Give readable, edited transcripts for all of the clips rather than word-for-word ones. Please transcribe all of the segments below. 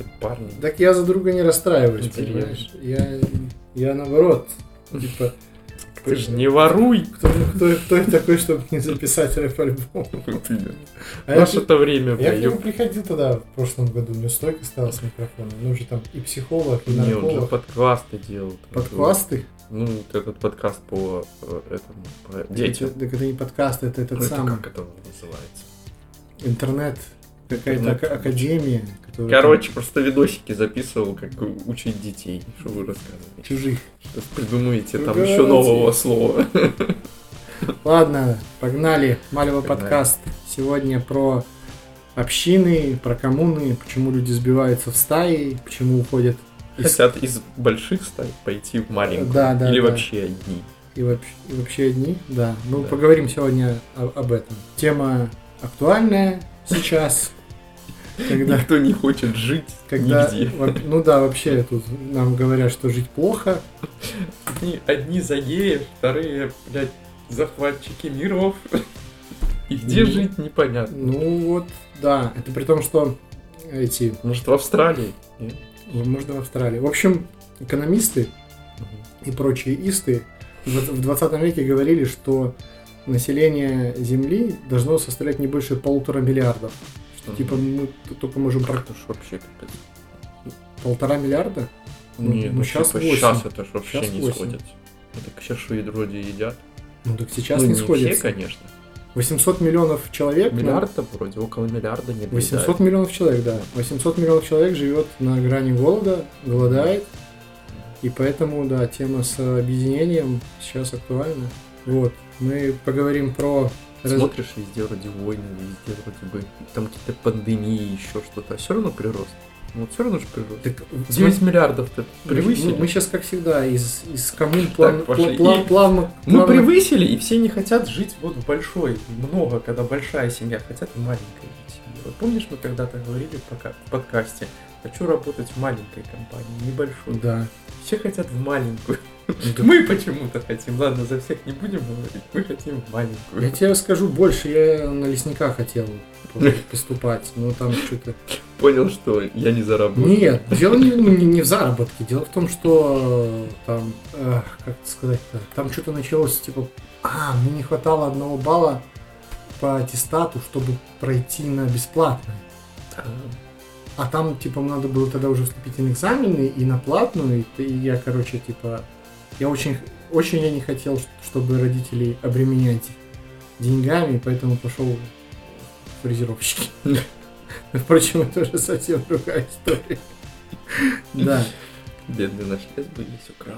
просто парни. Так я за друга не расстраиваюсь, Интересно. понимаешь? Я наоборот, типа... Ты же не воруй! Кто я такой, чтобы не записать рэп-альбом? Наше-то время, Я к бля, нему приходил тогда в прошлом году, у него стойка стала с микрофоном. Ну, уже там и психолог, и Не, он же нарколог. подкасты делал. Подкасты? Ну, вот этот подкаст по этому, по детям. Так это не подкаст, это этот Ну, это самый как это называется? интернет, какая-то Интернет. академия. которая Короче, просто видосики записывал, как учить детей. Что вы рассказываете? там чужих. Сейчас придумаете там Ругайте. еще нового слова. Ладно, погнали. Малево Погнали. подкаст. Сегодня про общины, про коммуны, почему люди сбиваются в стаи, почему уходят Хотят из больших стаи пойти в маленькую. Да, да, Или да. вообще одни. и вообще одни. Да, мы Да. поговорим сегодня об этом. Тема актуальная сейчас, когда Никто не хочет жить нигде. ну да, вообще тут нам говорят, что жить плохо. Одни за геев, вторые, блядь, захватчики миров. И где Ну, жить непонятно. Ну вот, да, это при том, что эти, Может, в Австралии? Нет? можно в Австралии. В общем, экономисты и прочие исты в 20 веке говорили, что население Земли должно составлять не больше 1,5 миллиарда. Что, типа, мы только можем... Это ж вообще капец. 1,5 миллиарда? Не, ну, щас типа, 8. щас это ж вообще Щас не 8. сходится. Так сейчас что и вроде едят. Ну так сейчас Ну, не все, сходится. конечно. 800 миллионов человек... Миллиард-то вроде, около миллиарда не 800 миллионов человек, да. 800 миллионов человек живет на грани голода, голодает. И поэтому, да, тема с объединением сейчас актуальна. Вот. Мы поговорим про... Смотришь, везде вроде войны, везде вроде бы там какие-то пандемии, еще что-то. А все равно прирост. Ну, все равно же прирост. Так, 9 миллиардов-то превысили. Мы сейчас, как всегда, из коммун пошли. плавно... Мы превысили, и все не хотят жить вот в большой. Много, когда большая семья, хотят в маленькой семье. Вот помнишь, мы когда-то говорили в подкасте, хочу работать в маленькой компании, небольшой. Да. Все хотят в маленькую. Да. Мы почему-то хотим. Ладно, за всех не будем говорить. Мы хотим в маленькую. Я тебе скажу больше, я на лесника хотел поступать, но там что-то... Понял, что я не заработал. Нет, дело не в заработке, дело в том, что там, как это сказать-то, там что-то началось, типа, мне не хватало 1 балла по аттестату, чтобы пройти на бесплатное. А там, типа, надо было тогда уже вступительные экзамены и на платную, и я, короче, типа, я очень я не хотел, чтобы родителей обременять деньгами, поэтому пошел в фрезеровщики. Впрочем, это уже совсем другая история. Да. Бедный наш лес бы весь украл.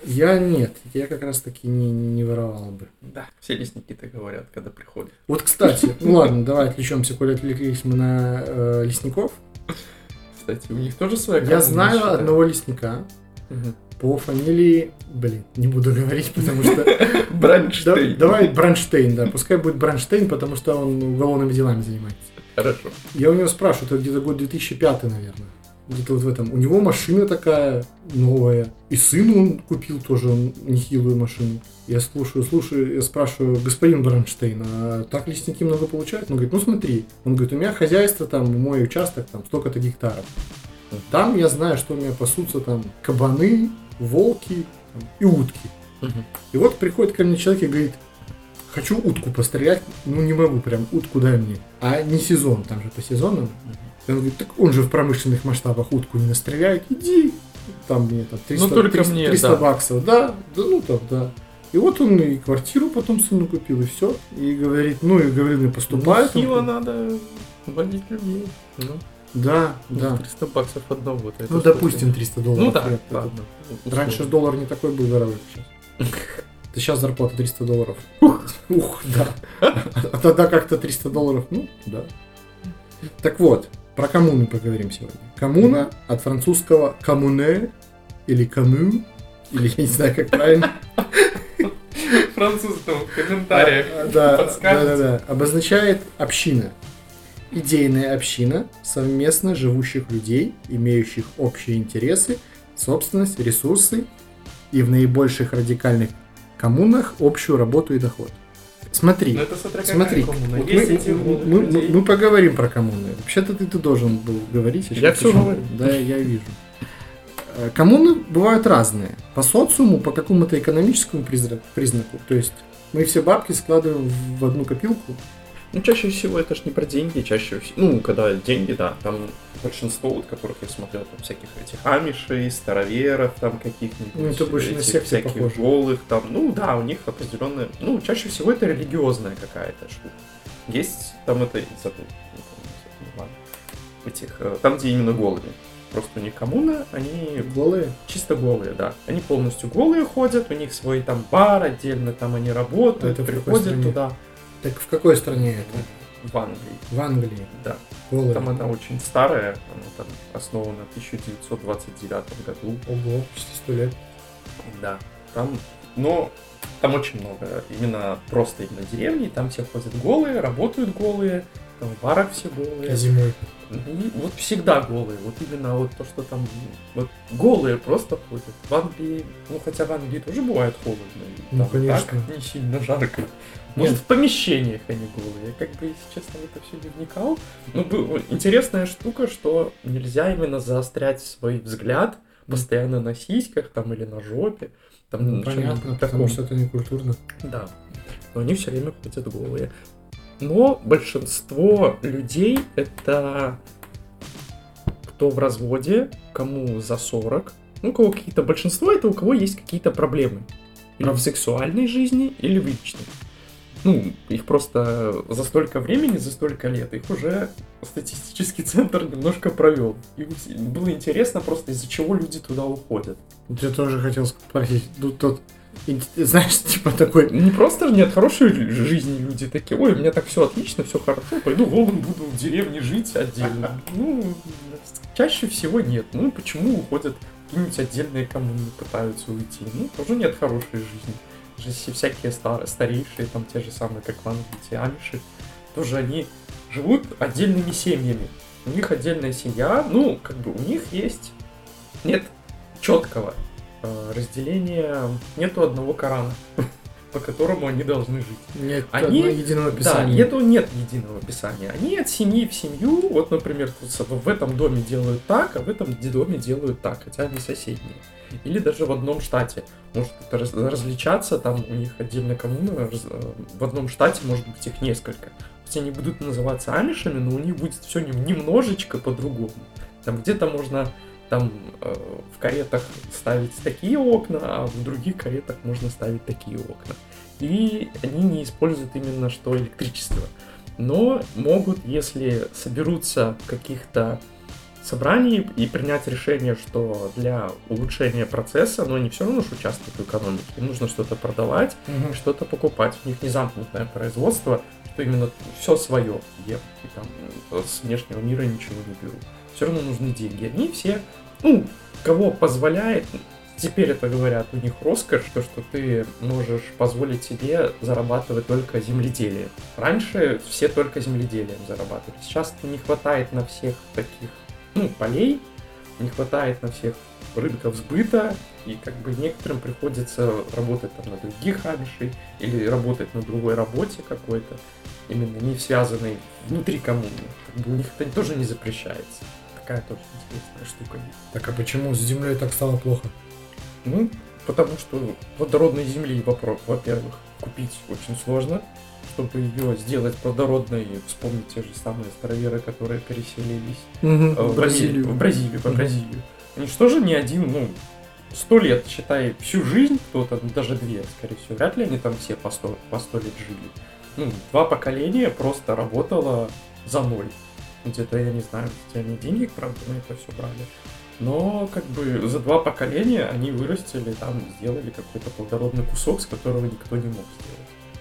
Я как раз таки не воровал бы. Да, все лесники-то говорят, когда приходят. Вот, кстати, ну ладно, давай отвлечемся, коли отвлеклись мы на лесников. Кстати, у них тоже своя Я коммуна, знаю считаю. одного лесника по фамилии... не буду говорить, потому что... Бранштейн. Давай Бранштейн, да. Пускай будет Бранштейн, потому что он уголовными делами занимается. Хорошо. Я у него спрашиваю, это где-то год 2005, наверное. Где-то вот в этом. У него машина такая новая. И сыну он купил тоже нехилую машину. Я слушаю, я спрашиваю, господин Бранштейн, а так лесники много получают? Он говорит, ну смотри. Он говорит, у меня хозяйство, там, мой участок, там, столько-то гектаров. Там я знаю, что у меня пасутся там кабаны, волки там, и утки. И вот приходит ко мне человек и говорит, хочу утку пострелять, ну не могу, прям утку дай мне. А не сезон, там же по сезонам. И он говорит, так он же в промышленных масштабах утку не настреляет, иди. Там мне там 300, Ну, только 300, мне, 300 да. баксов, да, ну там, да. И вот он и квартиру потом сыну купил, и все. И говорит, ну поступает. Хило надо водить людей. Ну, Да. 300 баксов одного. Ну, допустим, 300 долларов. Ну да, Это- ладно. Раньше же доллар не такой был дорогой, как сейчас. Да сейчас зарплата 300 долларов. Ух, да. А тогда как-то 300 долларов, ну, да. Так вот, про коммуны поговорим сегодня. Коммуна от французского коммуне или камю, или я не знаю, как правильно. Француз там в комментариях Да, подскажете. обозначает община. Идейная община совместно живущих людей, имеющих общие интересы, собственность, ресурсы и в наибольших радикальных коммунах общую работу и доход. Смотри, Ну, это смотря какая смотри, коммуна. вот Есть эти людей. мы поговорим про коммуны. Вообще-то ты должен был говорить. Я всё говорю. Да, я вижу. Коммуны бывают разные. По социуму, по какому-то экономическому признаку. То есть мы все бабки складываем в одну копилку. Ну, чаще всего это ж не про деньги, чаще всего, ну, когда деньги, да, там большинство, вот, которых я смотрел, там, всяких этих амишей, староверов, там, каких-нибудь, Ну, это больше на этих секты всяких похоже. голых, там, ну, да, у них определенная, ну, чаще всего это религиозная какая-то штука. Есть, там, это, забыл, ладно, этих, там, где именно голыми. Просто у них коммуна, они Голые? чисто голые, да. Они полностью голые ходят, у них свой там бар отдельно, там они работают, Это в какой приходят стране? туда. Так в какой стране это? В Англии, В Англии. да. Голые. Там она очень старая, она там основана в 1929 году. Ого, почти 100 лет. Да, там, но там очень много именно деревни, там все ходят голые, работают голые, там в барах все А голые. зимой? И вот всегда голые, вот именно вот то, что там, вот голые просто ходят. В Англии, ну хотя в Англии тоже бывает холодно, и Ну, там конечно. так не сильно жарко. Может, в помещениях они голые. Я как бы, если честно, в это все не вникал. Ну, интересная штука, что нельзя именно заострять свой взгляд постоянно на сиськах там или на жопе. Там, Ну, понятно, потому что это не культурно. Да. Но они все время ходят голые. Но большинство людей это кто в разводе, кому за 40. Ну, у кого какие-то большинство это у кого есть какие-то проблемы. Или в сексуальной жизни, или в личной. Ну, их просто за столько времени, за столько лет, их уже статистический центр немножко провел. И было интересно просто, из-за чего люди туда уходят. Я тоже хотел спросить, знаешь, типа такой... Не просто же нет хорошей жизни люди такие, ой, у меня так все отлично, все хорошо, пойду голым буду в деревне жить отдельно. Ну, чаще всего нет. Ну, почему уходят какие-нибудь отдельные коммуны, пытаются уйти? Ну, тоже нет хорошей жизни. Даже всякие старейшие, там те же самые, как в Англии, те амиши, тоже они живут отдельными семьями. У них отдельная семья, ну, как бы у них есть... Нет четкого разделения, нету одного Корана, по которому они должны жить. Нет одного единого писания. Да, нет единого писания. Они от семьи в семью, вот, например, в этом доме делают так, а в этом доме делают так, хотя они соседние. Или даже в одном штате может это различаться, там у них отдельная коммуна, в одном штате может быть их несколько. Хотя они будут называться амишами, но у них будет все немножечко по-другому. Там где-то можно там в каретах ставить такие окна, а в других каретах можно ставить такие окна. И они не используют именно что электричество. Но могут, если соберутся в каких-то собраний и принять решение, что для улучшения процесса, но они все равно участвуют в экономике, им нужно что-то продавать, что-то покупать. У них не замкнутое производство, что именно все свое ем, и там с внешнего мира ничего не беру. Все равно нужны деньги. Они все, ну, кого позволяет, теперь это говорят, у них роскошь, то, что ты можешь позволить себе зарабатывать только земледелием. Раньше все только земледелием зарабатывали. Сейчас не хватает на всех таких, ну, полей, не хватает на всех рынков сбыта, и как бы некоторым приходится работать там на других амишей или работать на другой работе какой-то, именно не связанной внутри коммуны. Как бы у них это тоже не запрещается. Такая тоже интересная штука. Так а почему с землей так стало плохо? Ну, потому что плодородной земли, во-первых, купить очень сложно. Чтобы ее сделать плодородной, вспомнить те же самые староверы, которые переселились в Бразилию. В Бразилию. Они что же не один, 100 лет, считай, всю жизнь, кто-то, даже 2, скорее всего, вряд ли они там все по 100 лет жили. 2 поколения просто работало за ноль. Где-то, я не знаю, где они денег, правда, на это все брали. Но, как бы, за 2 поколения они вырастили, там, сделали какой-то плодородный кусок, с которого никто не мог сделать.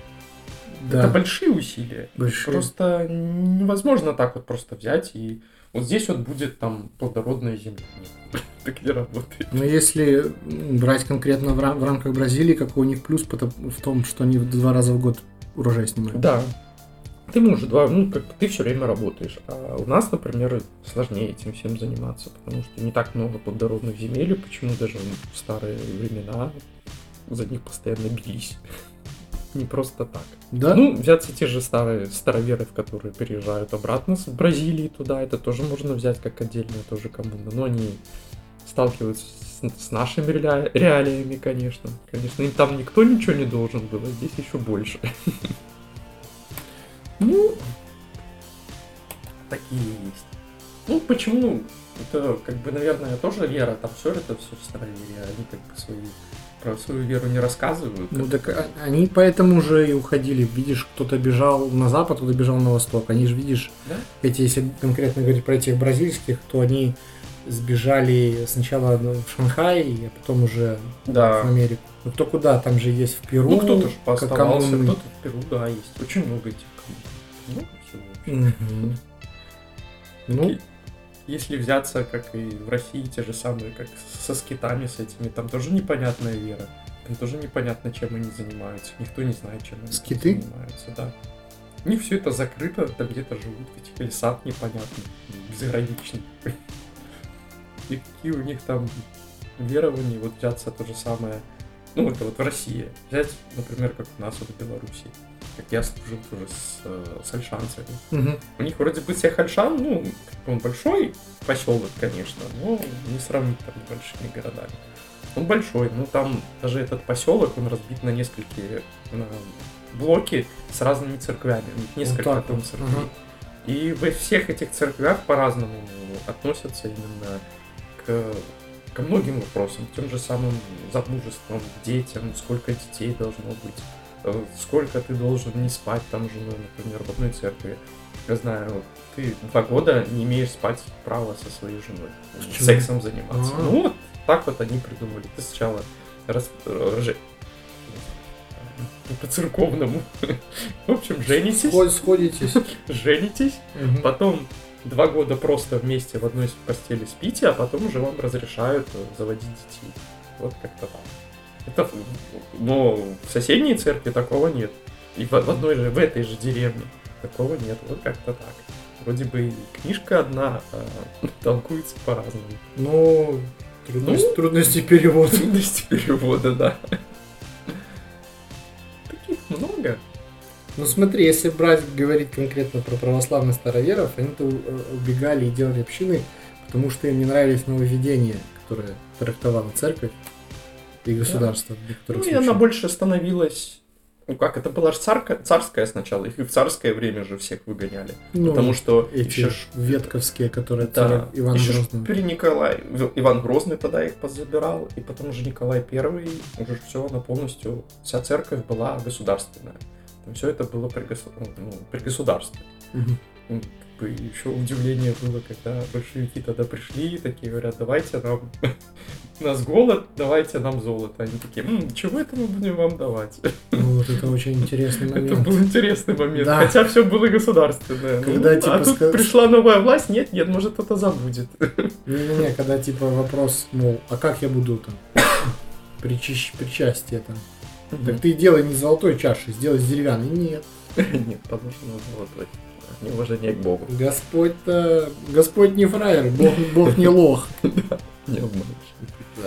Да. Это большие усилия. Просто невозможно так вот просто взять и вот здесь вот будет там плодородная земля. Нет, так не работает. Но если брать конкретно в рамках Бразилии, какой у них плюс в том, что они 2 раза в год урожай снимают? Да. Ты можешь ты все время работаешь. А у нас, например, сложнее этим всем заниматься, потому что не так много плодородных земель, и почему даже в старые времена за них постоянно бились. не просто так. Да? Ну, взяться те же староверы, которые переезжают обратно с Бразилии туда, это тоже можно взять как отдельная тоже коммуна. Но они сталкиваются с нашими реалиями, конечно. Конечно, им там никто ничего не должен был, а здесь еще больше. Ну, такие есть. Ну, почему? Это, как бы, наверное, тоже вера, там все староверие, они как бы про свою веру не рассказывают. Ну, так они поэтому же и уходили. Видишь, кто-то бежал на запад, кто-то бежал на восток. Они же, видишь, да? если конкретно говорить про этих бразильских, то они сбежали сначала в Шанхай, а потом уже в Америку. Ну, кто куда? Там же есть в Перу. Ну, кто-то же пооставался, кто-то в Перу, да, есть. Очень много этих коммун. Ну, всего. Ну, если взяться, как и в России, те же самые, как со скитами, с этими, там тоже непонятная вера. Там тоже непонятно, чем они занимаются. Никто не знает, чем они занимаются. Да. У них все это закрыто, там где-то живут в этих лесах непонятно, безграничных. И какие у них там верования, вот взяться то же самое, ну это вот в России. Взять, например, как у нас вот в Беларуси. Как я служил тоже с альшанцами. Угу. У них вроде бы всех Альшан, ну, он большой поселок, конечно, но не сравнить там с большими городами. Он большой, но там даже этот поселок, он разбит на несколько блоки с разными церквями. У них несколько там церквей. И во всех этих церквях по-разному относятся именно ко многим вопросам, к тем же самым замужествам, детям, сколько детей должно быть, сколько ты должен не спать там женой, например, в одной церкви. Я знаю, ты 2 года не имеешь спать права со своей женой, сексом заниматься. Ну вот так вот они придумали. Ты сначала по-церковному. В общем, женитесь. Сходитесь. Женитесь, потом 2 года просто вместе в одной постели спите, а потом уже вам разрешают заводить детей. Вот как-то так. Но в соседней церкви такого нет. И в этой же деревне такого нет. Вот как-то так. Вроде бы и книжка одна, а толкуется по-разному. Ну, трудности перевода. Трудности перевода, да. Таких много. Ну смотри, если говорить конкретно про православных староверов, они-то убегали и делали общины, потому что им не нравились нововведения, которые трактовала церковь и государство. Да. Ну и она больше становилась... Ну как, это была же царская сначала, их и в царское время же всех выгоняли. Ну, потому что эти еще ветковские, которые да, Иван Грозный. Иван Грозный тогда их позабирал, и потом уже Николай I, уже все, она полностью, вся церковь была государственная. Там все это было при государстве. Угу. Еще удивление было, когда большевики тогда пришли и такие говорят, давайте нам, у нас голод, давайте нам золото. Они такие, чего это мы будем вам давать? Ну, вот это очень интересный момент. Это был интересный момент, да. Хотя все было государственное. Когда, тут пришла новая власть, нет, может это забудет. Не-не-не, когда типа вопрос, мол, а как я буду там причастие там? Так ты делай не золотой чашей, сделай с деревянной. Нет. Нет, потому что золотой. Неуважение к Богу. Господь не фраер, Бог не лох. Не обманешь. Да.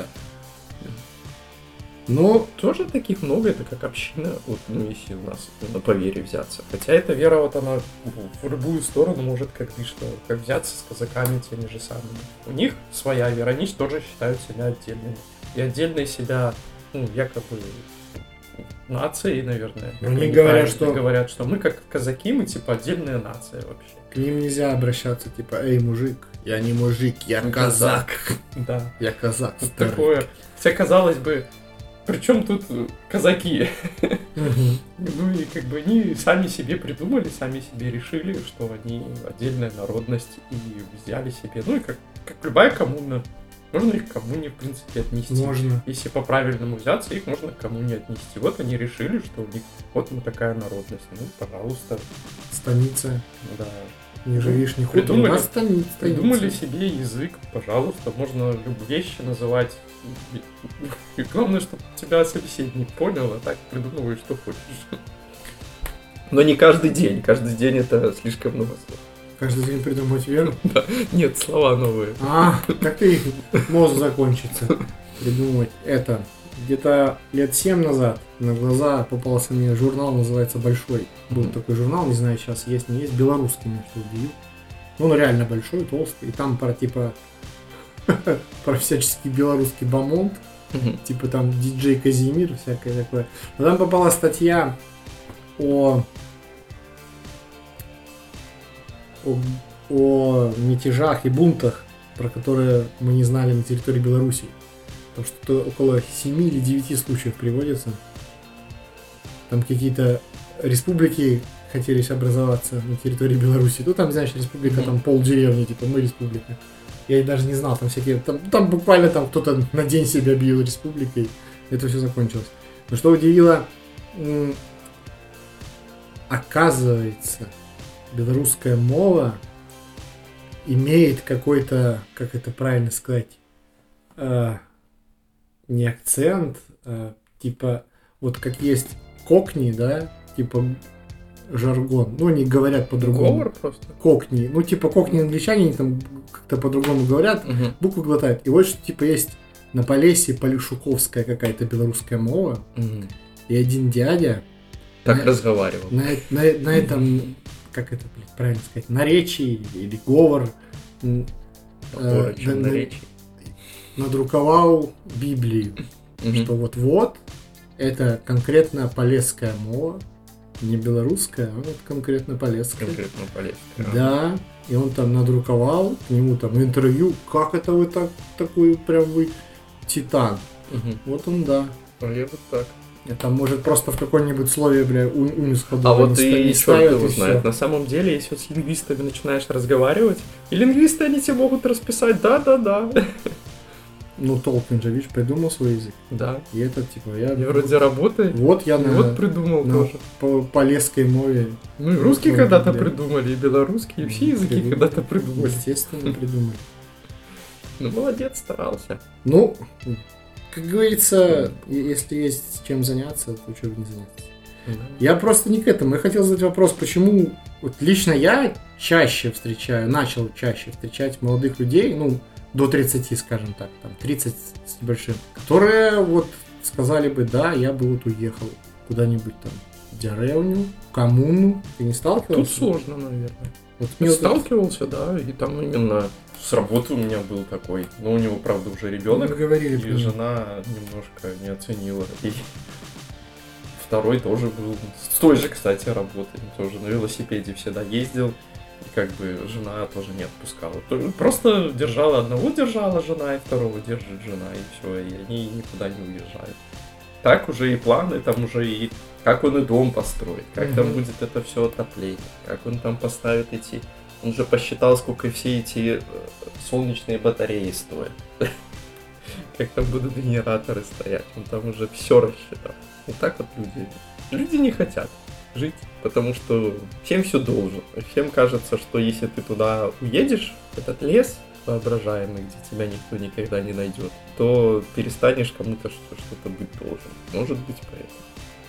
Но тоже таких много, это как община, вот, ну если у нас по вере взяться. Хотя эта вера, вот она в любую сторону может как взяться с казаками теми же самыми. У них своя вера, они тоже считают себя отдельными. И отдельно себя, якобы нацией, наверное. Они говорят, что мы как казаки, мы типа отдельная нация вообще. К ним нельзя обращаться, типа, эй, мужик, я не мужик, я казак. Да. Я казак. Вот такое. Хотя, казалось бы, причем тут казаки? Ну и как бы они сами себе придумали, сами себе решили, что они отдельная народность и взяли себе, ну и как любая коммуна. Можно их к коммуне, в принципе, отнести. Можно. Если по-правильному взяться, их можно к коммуне отнести. Вот они решили, что у них вот мы такая народность. Ну, пожалуйста. Станица. Да. Не живешь, не ходишь. Придумали себе язык, пожалуйста. Можно любые вещи называть. И главное, чтобы тебя собеседник понял, а так придумывай, что хочешь. Но не каждый день. Каждый день это слишком много слов. Каждый день придумывать веру? Да. Нет, слова новые. Так и мозг закончится. Придумывать это. где-то лет 7 назад на глаза попался мне журнал, называется «Большой». Был такой журнал, не знаю, сейчас есть, не есть, белорусский, меня что удивил. Ну, он реально большой, толстый, и там про, типа, про всяческий белорусский бомонд, типа там диджей Казимир, всякое такое. Но там попала статья о мятежах и бунтах, про которые мы не знали на территории Беларуси. Там что-то около 7 или 9 случаев приводится. Там какие-то республики хотелись образоваться на территории Беларуси. Ну там, знаешь, республика, там полдеревни, типа мы республика. Я даже не знал, там всякие... Там буквально там кто-то на день себя объявил республикой. Это все закончилось. Но что удивило, оказывается, белорусская мова имеет какой-то, как это правильно сказать, не акцент, типа, вот как есть кокни, да, типа жаргон, ну они говорят по-другому. Говор просто? Кокни, ну типа кокни англичане, они там как-то по-другому говорят, буквы глотают. И вот что типа есть на Полесье полишуковская какая-то белорусская мова, и один дядя так разговаривал. На этом, как это, блядь, правильно сказать, наречии или говор, надруковал Библию, что вот это конкретно полесская мова, не белорусская, а вот конкретно полесская. Конкретно полесская. Да, и он там надруковал, к нему там интервью, как это вы такой прям вы титан. Вот он, да. А я вот так. Это может просто в каком-нибудь слове, бля, унис ходовой. А вот и черт его знает. На самом деле, если вот с лингвистами начинаешь разговаривать, и лингвисты они тебе могут расписать да. Ну, Толкин же, видишь, придумал свой язык. Да. И это, типа, я... И вроде работает. Вот я вот придумал тоже. По полесской мове. Ну, и русские когда-то придумали, и белорусские, и все языки когда-то придумали. Естественно, придумали. Ну, молодец, старался. Ну, как говорится, если есть чем заняться, то чего бы не заняться. Я просто не к этому. Я хотел задать вопрос, почему... Вот лично я начал чаще встречать молодых людей, ну, до 30, скажем так, там, 30 с небольшим, которые вот сказали бы, да, я бы вот уехал куда-нибудь там в деревню, в коммуну. Ты не сталкивался? Тут сложно, наверное. Вот сталкивался, да, и там именно с работы у меня был такой, но у него, правда, уже ребенок, и жена немножко не оценила. И второй тоже был с той же, кстати, работой, тоже на велосипеде всегда ездил. И как бы жена тоже не отпускала. Просто одного держала жена, и второго держит жена, и все, и они никуда не уезжают. Так уже и планы, там уже и как он и дом построит, как там будет это все отопление, как он там поставит эти... Он же посчитал, сколько все эти солнечные батареи стоят. Как там будут генераторы стоять, он там уже все рассчитал. И так вот люди не хотят жить, потому что всем все должен. Всем кажется, что если ты туда уедешь, в этот лес воображаемый, где тебя никто никогда не найдет, то перестанешь кому-то что-то быть должен. Может быть, поэтому.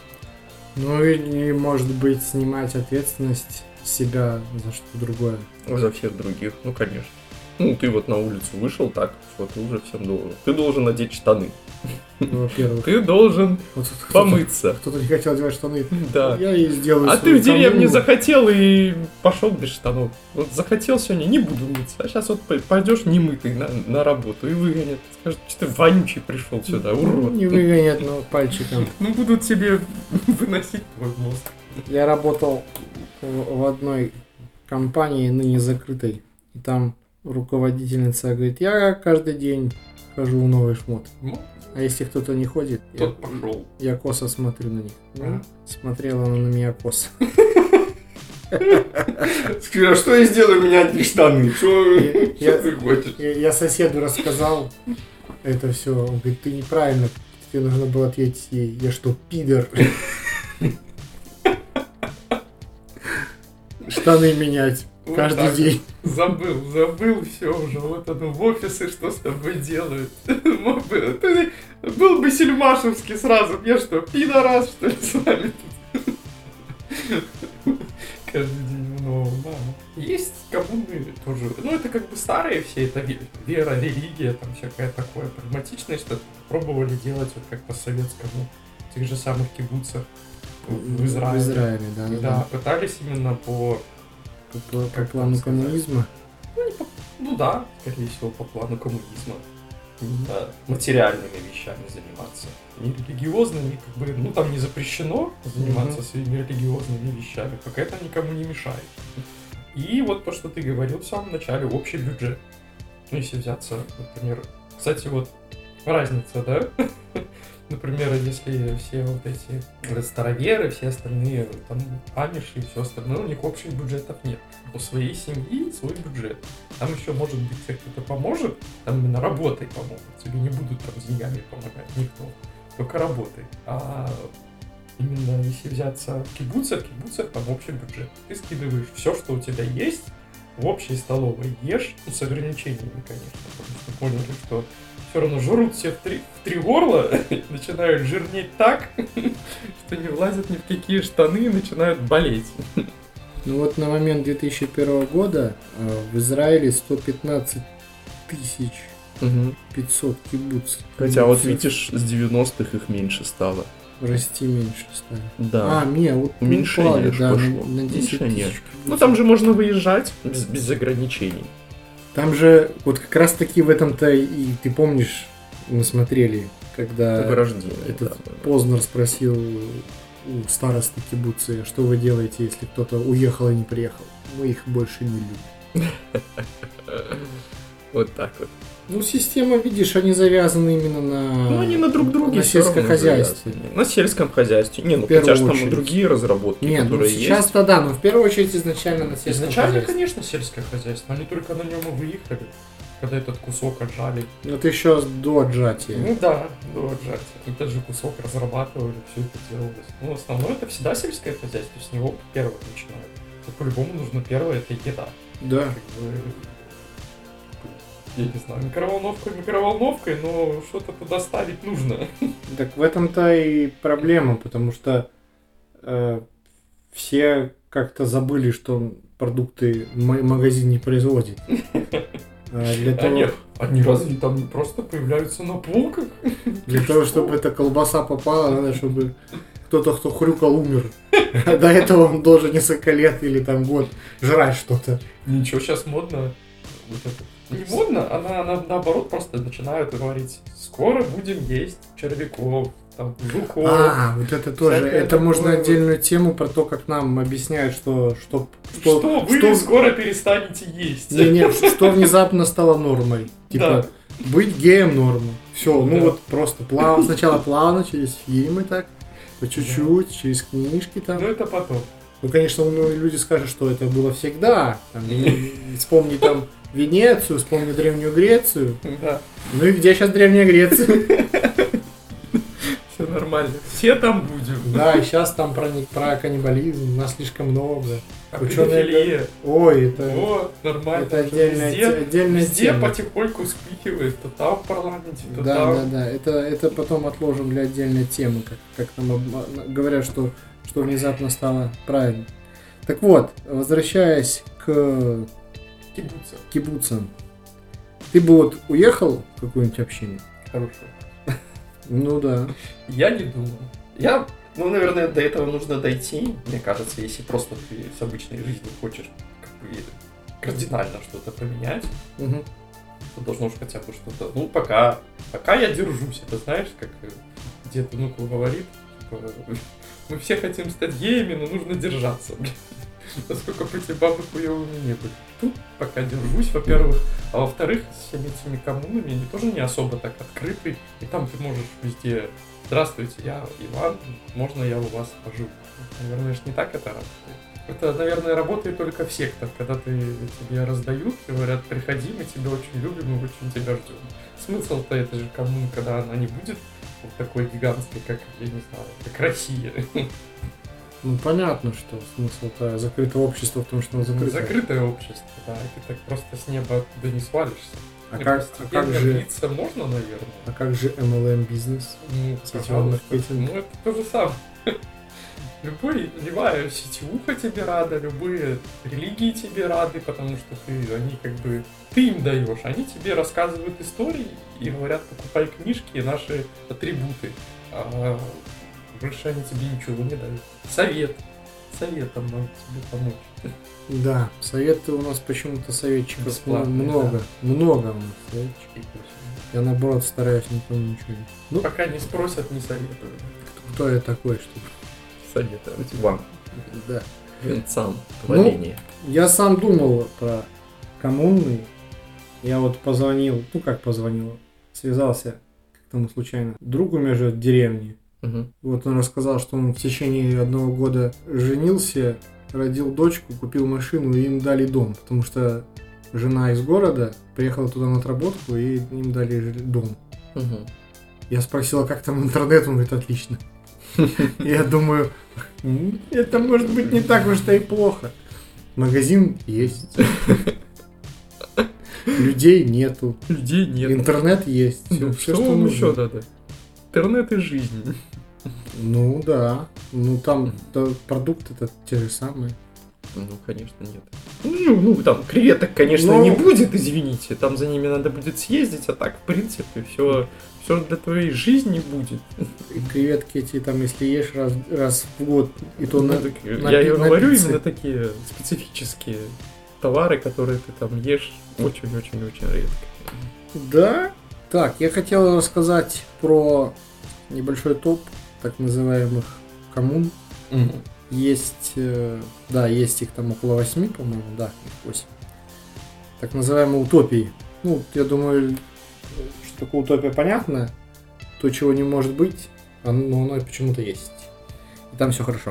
Ну и может быть снимать ответственность с себя за что-то другое. За всех других, ну конечно. Ну, ты вот на улицу вышел, так, что ты уже всем должен. Ты должен надеть штаны. Ну, во-первых. Ты должен помыться. Кто-то не хотел одевать штаны. Да. Я и сделаю. А ты в деревне захотел и пошел без штанов. Вот захотел сегодня, не буду мыться. А сейчас вот пойдешь немытый на работу и выгонят. Скажут, что ты вонючий пришел сюда, урод. Не выгонят, но пальчиком. Ну, будут тебе выносить твой мозг. Я работал в одной компании, ныне закрытой. И там руководительница говорит, я каждый день хожу в новый шмот. А если кто-то не ходит, я косо смотрю на них. Ну, смотрела она на меня косо. Скажи, а что я сделаю, у меня одни штаны? Что ты хочешь? Я соседу рассказал это все. Он говорит, ты неправильно. Тебе нужно было ответить ей, я что, пидор? Штаны менять. Вот каждый день. Забыл все уже. Вот оно в офисе, что с тобой делают. Ты был бы Сельмашевский сразу. Я что, пидорас, что ли, с вами тут? Каждый день в новом. Есть коммуны тоже, ну это как бы старые все, это вера, религия, там всякое такое, прагматичное, что пробовали делать вот как по советскому, тех же самых кибуцах в Израиле. В Израиле, Да, пытались именно по плану коммунизма. Ну да, скорее всего, по плану коммунизма. Именно материальными вещами заниматься. Не религиозными, как бы, ну там не запрещено заниматься своими религиозными вещами, пока это никому не мешает. И вот то, что ты говорил в самом начале, общий бюджет. Ну, если взяться, например, кстати, вот разница, да? Например, если все вот эти староверы, все остальные, там, амиши и все остальное, у них общих бюджетов нет. У своей семьи свой бюджет. Там еще, может быть, тебе кто-то поможет, там именно работой помогут. Тебе не будут там с деньгами помогать никто. Только работой. А именно если взяться в кибуцах там общий бюджет. Ты скидываешь все, что у тебя есть, в общей столовой ешь, ну, с ограничениями, конечно, потому что поняли, что все равно жрут все в три горла, начинают жирнеть так, что не влазят ни в какие штаны и начинают болеть. Ну вот на момент 2001 года в Израиле 115 500 кибуцев. Хотя вот видишь, с 90-х их меньше стало. Расти меньше стали. Да. Вот уменьшение упали, да, пошло. на 10 Уменьшение. тысяч. Ну там же можно выезжать без ограничений. Там же вот как раз таки в этом-то и ты помнишь, мы смотрели, когда этот Познер спросил у старосты кибуцы, что вы делаете, если кто-то уехал и не приехал. Мы их больше не любим. Вот так вот. Ну, система, видишь, они завязаны именно на... Ну, они на друг друге. На сельском хозяйстве. На сельском хозяйстве. Не, ну хотя же там и другие разработки, которые есть. Сейчас-то да, но в первую очередь изначально на сельском Изначально, хозяйстве. конечно, сельское хозяйство. Они только на нем и выехали, когда этот кусок отжали. Ну, это еще до отжатия. Ну да, до отжатия. Этот же кусок разрабатывали, все это делалось. Ну, основное это всегда сельское хозяйство, с него первое начинают. По-любому нужно первое, это еда. Да. Как бы, я не знаю, микроволновкой, но что-то туда ставить нужно. Так в этом-то и проблема, потому что все как-то забыли, что продукты магазин не производит. Они разве там не просто появляются на полках? Для того, чтобы эта колбаса попала, надо, чтобы кто-то, кто хрюкал, умер. До этого он должен несколько лет или там год жрать что-то. Ничего, сейчас модно. Вот это. Не модно, она наоборот просто начинают говорить: скоро будем есть червяков, там, жуков. Вот это тоже. Это можно отдельную тему про то, как нам объясняют, что вы скоро перестанете есть. Нет, что внезапно стало нормой. Типа, быть геем норма. Все, ну вот просто сначала плавно, через фильмы так, по чуть-чуть, через книжки там. Ну это потом. Ну, конечно, люди скажут, что это было всегда. Там, вспомни там Венецию, вспомни Древнюю Грецию. Да. Ну и где сейчас Древняя Греция? Все нормально. Все там будем. Да, и сейчас там про каннибализм нас слишком много. Ученые. Ой, это... Вот, нормально. Это отдельная везде тема. потихоньку вспихивает. То там в парламенте, то там. Да. Это потом отложим для отдельной темы. Как нам говорят, что внезапно стало правильно. Так вот, возвращаясь к кибуцам. Ты бы вот уехал в какую-нибудь общину? Хорошо. Ну да. Я не думаю. Наверное, до этого нужно дойти. Мне кажется, если просто ты с обычной жизнью хочешь как бы кардинально что-то поменять, то должно уж хотя бы что-то... Ну, пока я держусь. Это знаешь, как где-то говорит, типа, мы все хотим стать геями, но нужно держаться. Насколько бы эти бабы хуёвыми не были. Тут пока держусь, во-первых. А во-вторых, с всеми этими коммунами они тоже не особо так открыты. И там ты можешь везде: здравствуйте, я Иван, можно я у вас поживу? Наверное, ж не так это работает. Это, наверное, работает только в сектах, когда тебе раздают и говорят: приходи, мы тебя очень любим, мы очень тебя ждем. Смысл-то этой же коммуны, когда она не будет вот такой гигантской, как, я не знаю, как Россия. Ну, понятно, что смысл-то закрытого общества в том, что оно закрытое. Закрытое общество, да, и ты так просто с неба оттуда не свалишься. А как же... Влиться можно, наверное. А как же MLM бизнес? Ну, это то же самое. любая сетевуха тебе рада, любые религии тебе рады, потому что ты им даешь, они тебе рассказывают истории и говорят, покупай книжки и наши атрибуты. А больше они тебе ничего не дают. Советом могут тебе помочь. Да, советы у нас почему-то советчиков Бесплатные, много. да. Много у нас советчиков. Я наоборот стараюсь никому ничего. Ну, пока не спросят, не советую. кто я такой, чтобы Советовать вам. Да. Венцам творение. Я сам думал про коммуны. Я вот позвонил, связался как-то мы случайно. Друг у меня живет в деревне. Угу. Вот он рассказал, что он в течение 1 года женился, родил дочку, купил машину, и им дали дом. Потому что жена из города приехала туда на отработку, и им дали дом. Угу. Я спросил, а как там интернет? Он говорит, отлично. Я думаю, это может быть не так уж и плохо. Магазин есть. Людей нету. Интернет есть. Все, что вам еще надо? Интернет и жизнь. Ну да. Ну там продукты-то те же самые. Ну, конечно, нет. Ну, там креветок, конечно, не будет, извините. Там за ними надо будет съездить, а так, в принципе, все для твоей жизни будет. И креветки эти, там, если ешь раз в год, и то я и говорю, именно такие специфические товары, которые ты там ешь очень-очень-очень редко. Да. Так, я хотел рассказать про небольшой топ так называемых коммун. Угу. Есть их там около 8, по-моему, да, их 8. Так называемые утопии. Ну, я думаю, что такое утопия понятно. То, чего не может быть, оно почему-то есть. И там все хорошо.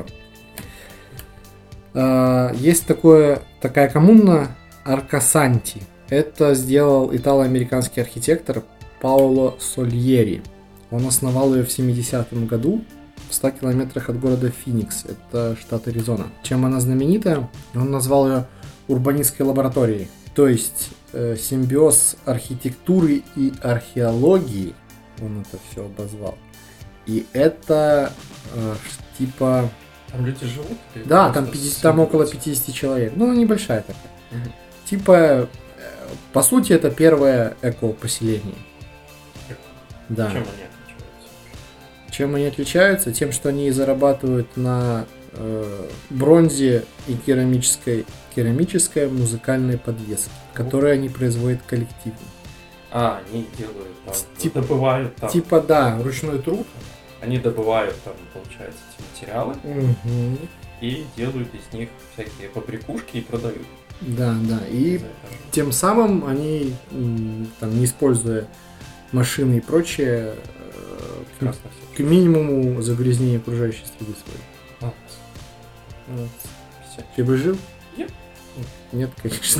Есть такая коммуна Аркасанти. Это сделал итало-американский архитектор Паоло Сольери. Он основал ее в 70-м году в 100 километрах от города Феникс, это штат Аризона. Чем она знаменита? Он назвал ее урбанистской лабораторией. То есть симбиоз архитектуры и археологии, он это все обозвал. И это типа... Там люди живут? Да, там около 50 человек. Ну, небольшая такая. Угу. Типа, по сути, это первое эко-поселение. Да. Чем они отличаются? Чем они отличаются? Тем, что они зарабатывают на бронзе и керамической музыкальной подвеске, которые они производят коллективно. Они делают там, добывают там. Типа, да, ручной труд. Они добывают там, получается, эти материалы и делают из них всякие побрякушки и продают. Да. И тем самым они, там, не используя машины и прочее, к минимуму загрязнения окружающей среды своей. Вот. Ты бы жил? Нет. Нет, конечно.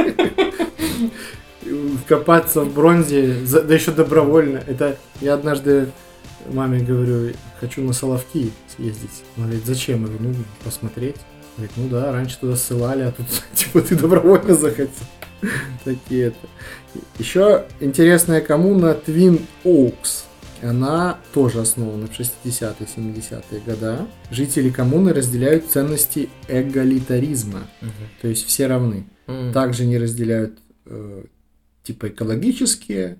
Копаться в бронзе, да еще добровольно. Это я однажды маме говорю, хочу на Соловки съездить. Она говорит, зачем? Я говорю, посмотреть. Говорит, ну да, раньше туда ссылали, а тут типа ты добровольно захотел. Такие-то. Еще интересная коммуна Twin Oaks. Она тоже основана в 60-е, 70-е годы. Жители коммуны разделяют ценности эгалитаризма. То есть все равны. Также не разделяют типа экологические,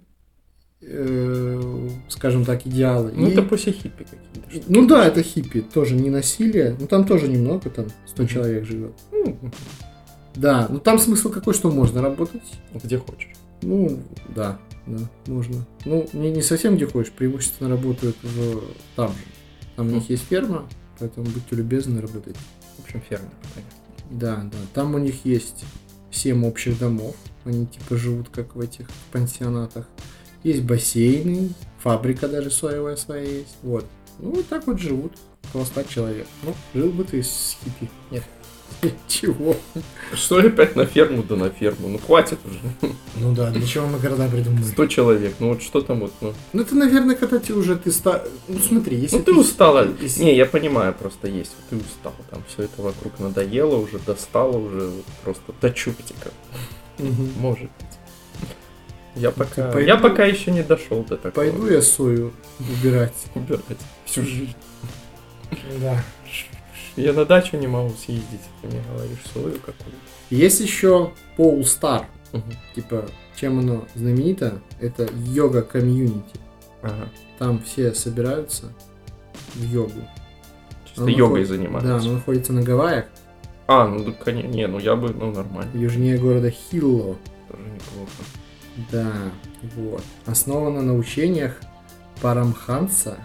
скажем так, идеалы. Ну, это после хиппи какие-то. Ну да, это хиппи, тоже не насилие. Ну там тоже немного, там 100 человек живет. Да, ну там смысл какой, что можно работать. Где хочешь. Ну, да, можно. Ну, не совсем где хочешь, преимущественно работают там же. Там у них есть ферма, поэтому будьте любезны работать. В общем, ферма, понятно. Да. Там у них есть 7 общих домов. Они типа живут как в этих пансионатах. Есть бассейны, фабрика даже соевая своя есть. Вот. Ну, вот так вот живут. Около 100 человек. Ну, жил бы ты с хиппи. Нет. Чего? Что опять на ферму, да на ферму? Ну, хватит уже. Ну да, для чего мы города придумали? 100 человек, ну вот что там вот, ну. Ну, это, наверное, когда ты уже, Ну, смотри, если ты устала. Не, я понимаю, просто есть. Ты устал, там все это вокруг надоело, уже достало, уже просто до чуптика. Может быть. Я пока еще не дошел до такого. Пойду я сою убирать. Убирать всю жизнь. Да. Я на дачу не могу съездить, ты мне говоришь свою какую-то. Есть еще Polestar. Типа, чем оно знаменито? Это йога-комьюнити. Ага. Там все собираются в йогу. Чисто йогой занимаются. Да, оно находится на Гавайях. Ну, конечно, не, я бы, нормально. Южнее города Хилло. Тоже неплохо. Да, вот. Основано на учениях Парамханса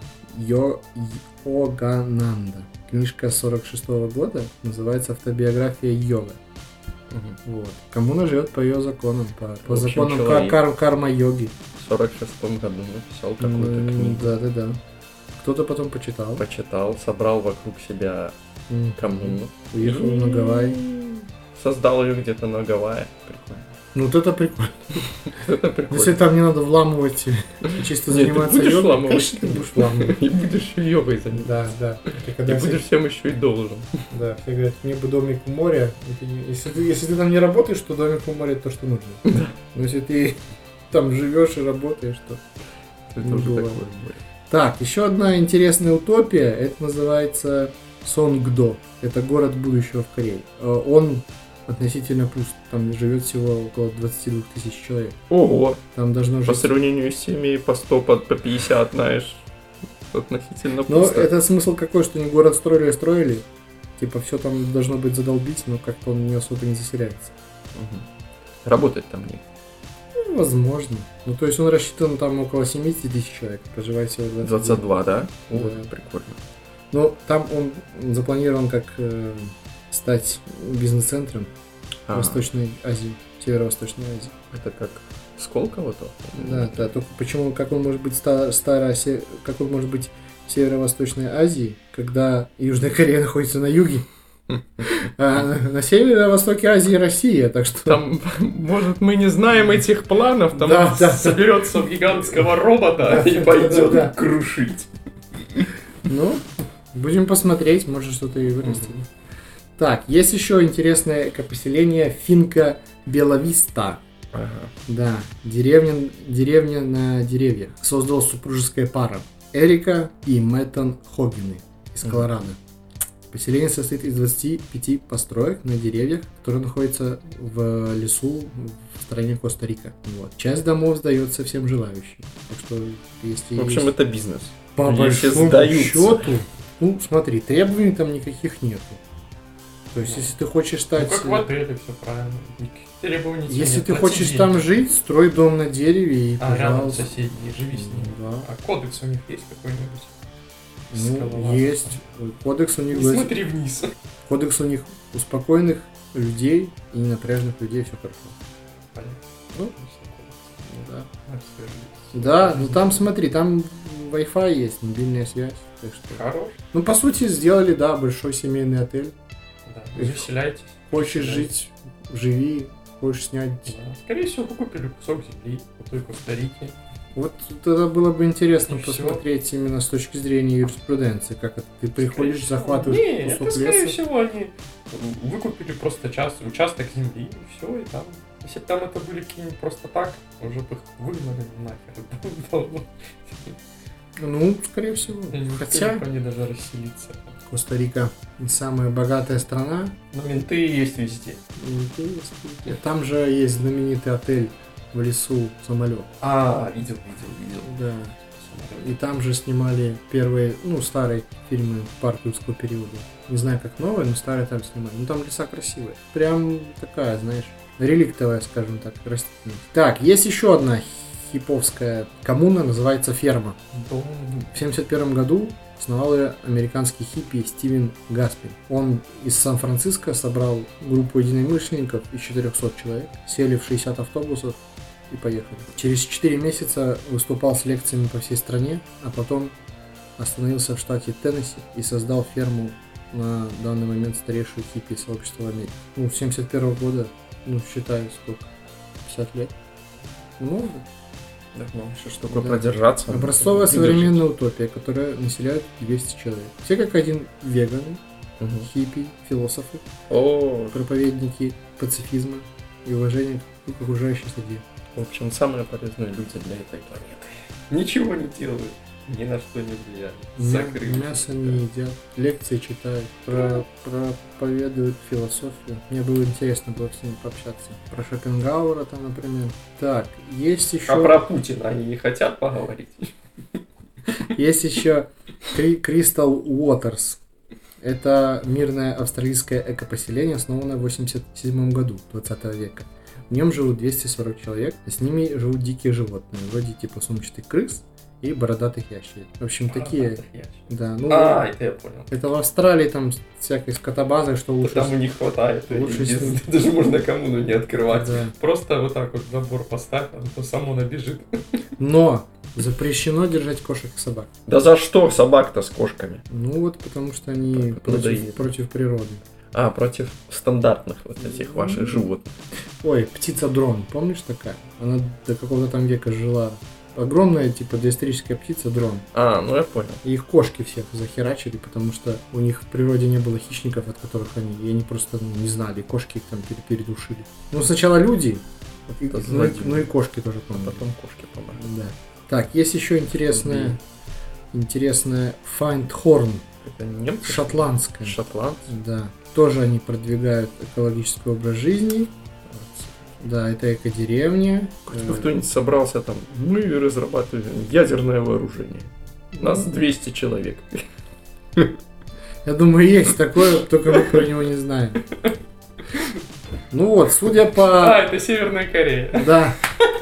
Йогананда. Книжка 46-го года называется «Автобиография йога». Вот. Коммуна живет по ее законам, по законам карма-йоги. В 46-м году написал какую-то книгу. Да. Кто-то потом почитал. Почитал, собрал вокруг себя коммуну. Уехал на Гавайи. Создал ее где-то на Гавайях. Прикольно. Ну вот это прикольно. Если там не надо вламывать, чисто заниматься йогой, конечно, ты будешь вламывать. И будешь еще йогой заниматься. Да. И будешь всем еще и должен. Да, все говорят, мне бы домик у моря. Если ты там не работаешь, то домик у моря то, что нужно. Да. Но если ты там живешь и работаешь, то это уже такое море. Так, еще одна интересная утопия, это называется Сонгдо. Это город будущего в Корее. Он относительно пуст. Там живет всего около 22 тысяч человек. Ого! Там должно жить... По сравнению с теми по 100, по 50, знаешь, относительно пусто. Но это смысл какой, что они город строили. Типа все там должно быть задолбить, но как-то он не особо не заселяется. Работать там нет. Возможно. Ну, то есть он рассчитан там около 70 тысяч человек, проживает всего 22, да? Да. Прикольно. Но там он запланирован как стать бизнес-центром Восточной Азии, Северо-Восточной Азии. Это как Сколково-то? Да. Только почему, как он может быть как он может быть в Северо-Восточной Азии, когда Южная Корея находится на юге? А на северо-востоке Азии Россия, так что... Там, может, мы не знаем этих планов, там соберется гигантского робота и пойдет крушить. Ну, будем посмотреть, может что-то и вырастет. Так, есть еще интересное экопоселение Финка Белависта. Да, деревня на деревьях. Создала супружеская пара Эрика и Мэттон Хоггины из Колорадо. Поселение состоит из 25 построек на деревьях, которые находятся в лесу в стране Коста-Рика. Вот. Часть домов сдается всем желающим. Так что, если в общем, это бизнес. По большому счету, ну, смотри, требований там никаких нету. То есть, если ты хочешь стать... Ну, как в отеле, все правильно. Требований если ты хочешь там жить, строй дом на дереве и, пожалуйста. Рядом соседи, живи с ними. Да. А кодекс у них есть какой-нибудь? Ну, есть. Кодекс у них... Не смотри вниз. Кодекс у них у спокойных людей и ненапряженных людей все хорошо. Понятно. Ну, да. Да, ну там смотри, там Wi-Fi есть, мобильная связь. Так что... Хорош. Ну, по сути, сделали, да, большой семейный отель. Да, заселяйтесь. Хочешь жить, живи, хочешь снять. Да. Скорее всего, вы купили кусок земли у той Коста-Рики. Вот тогда было бы интересно и посмотреть все. Именно с точки зрения юриспруденции, как это ты приходишь, захватываешь кусок леса. Скорее всего, они выкупили просто участок земли, и все, и там. Если бы там это были какие-нибудь просто так, уже бы их выгнали нахер. Ну, скорее всего. Хотя они даже расселиться. Коста-Рика не самая богатая страна. Но менты есть везде. Менты есть везде. Там же есть знаменитый отель в лесу «Самолет». Видел. Да. И там же снимали первые, старые фильмы партийского периода. Не знаю, как новые, но старые там снимали. Ну, там леса красивые. Прям такая, знаешь, реликтовая, скажем так, растительность. Так, есть еще одна хиповская коммуна, называется Ферма. В 1971 году основал ее американский хиппи Стивен Гаспин. Он из Сан-Франциско собрал группу единомышленников из 400 человек, сели в 60 автобусов и поехали. Через 4 месяца выступал с лекциями по всей стране, а потом остановился в штате Теннесси и создал ферму, на данный момент старейшее хиппи-сообщество в Америке. С 71 года, считай, сколько? 50 лет. Много. Еще штука продержаться. Образцовая современная утопия, которая населяет 200 человек. Все как один веганы, хиппи, философы, проповедники пацифизма и уважения к окружающей среде. В общем, самые полезные люди для этой планеты. Ничего не делают. Ни на что не влияет. Мясо не едят, лекции читают, проповедуют философию. Мне было интересно с ними пообщаться. Про Шопенгауэра там, например. Так, есть еще... А про Путина они не хотят поговорить? Есть еще Crystal Waters. Это мирное австралийское экопоселение, основанное в 1987 году 20 века. В нем живут 240 человек, а с ними живут дикие животные, вроде типа сумчатых крыс и бородатых ящериц. В общем, такие... Да, ну, это я понял. Это в Австралии там всякой скотобазы, что лучше... Там у них хватает. Лучше даже можно коммуну не открывать. Да. Просто вот так вот забор поставь, а то само набежит. Но запрещено держать кошек и собак. Да за что собак-то с кошками? Ну вот потому что они против природы. Против стандартных вот этих ваших животных. Ой, птица-дрон, помнишь такая? Она до какого-то там века жила. Огромная, типа, доисторическая птица-дрон. Ну я понял. И их кошки всех захерачили, потому что у них в природе не было хищников, от которых и они просто не знали. Кошки их там передушили. Ну, сначала люди, ну и кошки тоже помогли. Потом кошки помогли. Да. Так, есть еще интересная Findhorn. Это немцы? Шотландская. Шотландцы? Да. Тоже они продвигают экологический образ жизни. Да, это экодеревня. Кто-нибудь собрался там, мы разрабатываем ядерное вооружение. Нас 200 человек. Я думаю, есть такое, только мы про него не знаем. Ну вот, судя по... это Северная Корея. Да.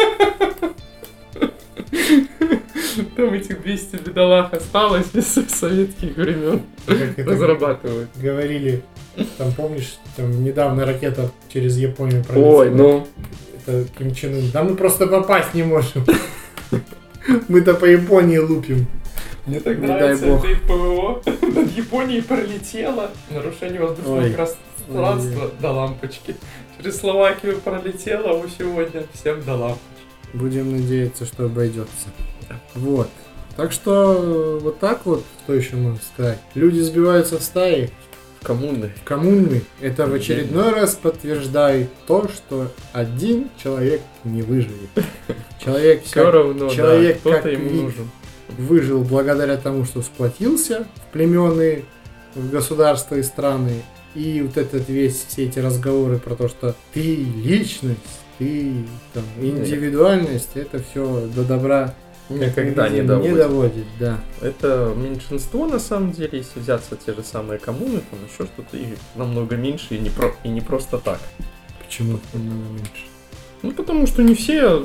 Там этих 200 бедолаг осталось из советских времен. Разрабатывают. Говорили, там помнишь, там недавно ракета через Японию пролетела. Ой, ну. Это Ким Чен Ын. Да мы просто попасть не можем. Мы-то по Японии лупим. Мне так нравится, это их ПВО над Японией пролетело. Нарушение воздушного пространства до лампочки. Через Словакию пролетело, сегодня всем до лампочки. Будем надеяться, что обойдется. Вот. Так что вот так вот, что еще можно сказать? Люди сбиваются в стаи. Коммуны. Это в очередной раз подтверждает то, что один человек не выживет. Человек все равно, человек кто-то ему нужен. Выжил благодаря тому, что сплотился в племены, в государства и страны. И вот все эти разговоры про то, что ты личность, ты там, индивидуальность, это все до добра никогда не доводит. Да. Это меньшинство, на самом деле, если взяться те же самые коммуны, там еще что-то, их намного меньше и не просто так. Почему намного меньше? Ну, потому что не все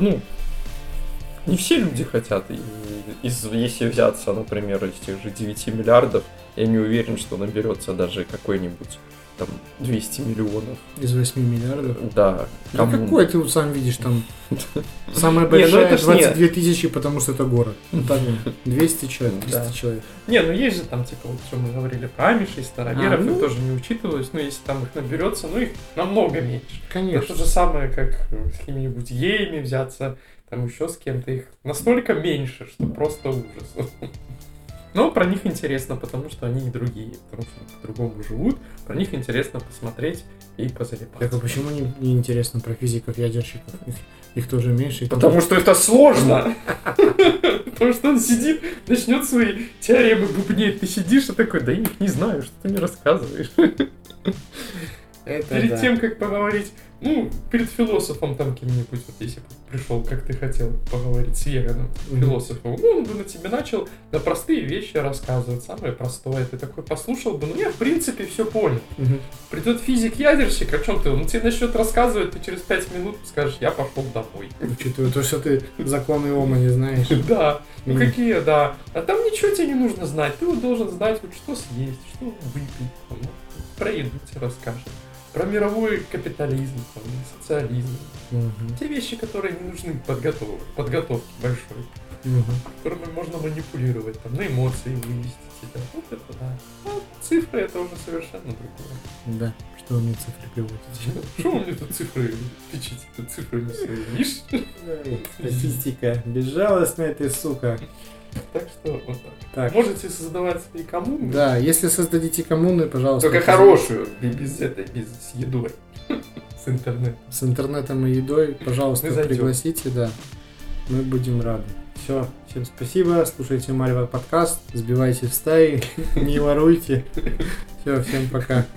люди хотят. Если взяться, например, из тех же 9 миллиардов, я не уверен, что наберется даже какой-нибудь там 200 миллионов. Из 8 миллиардов? Да. Да какой ты сам видишь там? Самая большая 22 тысячи, потому что это город. Так, 200 человек, 300 человек. Не, ну есть же там, типа, вот что мы говорили про амишей, староверов, их тоже не учитывалось. Но если там их наберется, их намного меньше. Конечно. Это то же самое, как с какими-нибудь геями взяться, там еще с кем-то. Их настолько меньше, что просто ужас. Но про них интересно, потому что они не другие, потому что они по-другому живут. Про них интересно посмотреть и позалипаться. Так а почему не интересно про физиков-ядерщиков? Их тоже меньше. Потому что это сложно. Потому что он сидит, начнет свои теоремы бубнеть. Ты сидишь и такой, да я их не знаю, что ты мне рассказываешь. Перед тем, как поговорить, перед философом там кем-нибудь, вот если бы пришел, как ты хотел поговорить с веганом, философом, он бы на тебе начал на простые вещи рассказывать, самое простое. Ты такой послушал бы, я в принципе все понял. Придет физик-ядерщик, о чем ты? Он тебе начнет рассказывать, ты через 5 минут скажешь, я пошел домой. Учитывая то, что ты законы Ома не знаешь. Да, какие, да. А там ничего тебе не нужно знать, ты вот должен знать, вот что съесть, что выпить, про еду тебе расскажет. Про мировой капитализм, социализм. Те вещи, которые не нужны подготовки большой. Которыми можно манипулировать, там, на эмоции вывести себя. Вот это да. А цифры это уже совершенно другое. Да, что вы мне цифры приводите? Что вы мне тут цифры печите? Тут цифры не свои, видишь? Статистика безжалостная ты, сука. Так что вот так. Можете создавать свои коммуны. Да, если создадите коммуны, пожалуйста. Только хорошую, без с едой. С интернетом. С интернетом и едой, пожалуйста, пригласите, да. Мы будем рады. Все, всем Всем спасибо, слушайте Марево подкаст, сбивайте в стаи, не воруйте. Все, всем пока.